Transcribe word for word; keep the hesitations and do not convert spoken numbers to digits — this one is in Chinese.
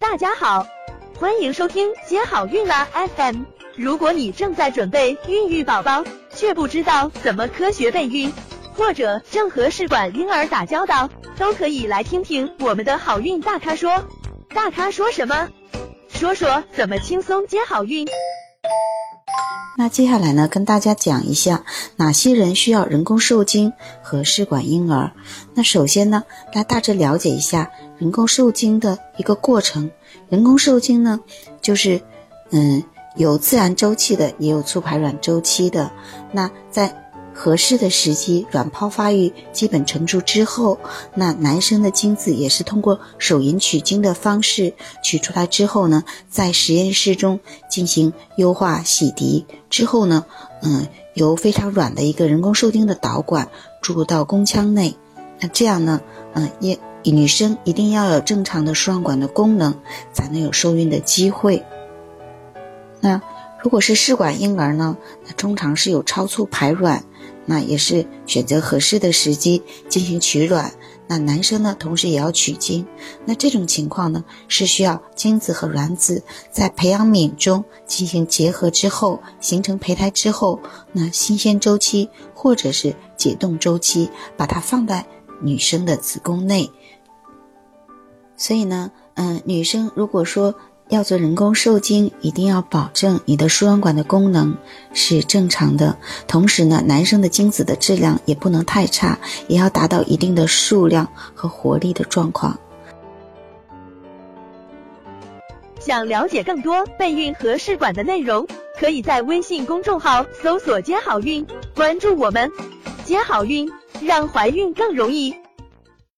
大家好，欢迎收听接好运啦 F M。如果你正在准备孕育宝宝，却不知道怎么科学备孕，或者正和试管婴儿打交道，都可以来听听我们的好运大咖说。大咖说什么？说说怎么轻松接好运。 那接下来呢，跟大家讲一下哪些人需要人工受精和试管婴儿。那首先呢，来大致了解一下人工受精的一个过程。人工受精呢，就是嗯有自然周期的，也有促排卵周期的。那在合适的时机，卵泡发育基本成熟之后，那男生的精子也是通过手淫取精的方式取出来之后呢，在实验室中进行优化洗涤之后呢，嗯，由非常软的一个人工受精的导管注入到宫腔内。那这样呢，嗯，也女生一定要有正常的输卵管的功能，才能有受孕的机会。那如果是试管婴儿呢，那通常是有超促排卵，那也是选择合适的时机进行取卵。那男生呢，同时也要取精。那这种情况呢，是需要精子和卵子在培养皿中进行结合之后，形成胚胎之后，那新鲜周期或者是解冻周期，把它放在女生的子宫内。所以呢，嗯，女生如果说要做人工受精，一定要保证你的输卵管的功能是正常的，同时呢，男生的精子的质量也不能太差，也要达到一定的数量和活力的状况。 想了解更多备孕和试管的内容，可以在微信公众号搜索接好运，关注我们。接好运，让怀孕更容易。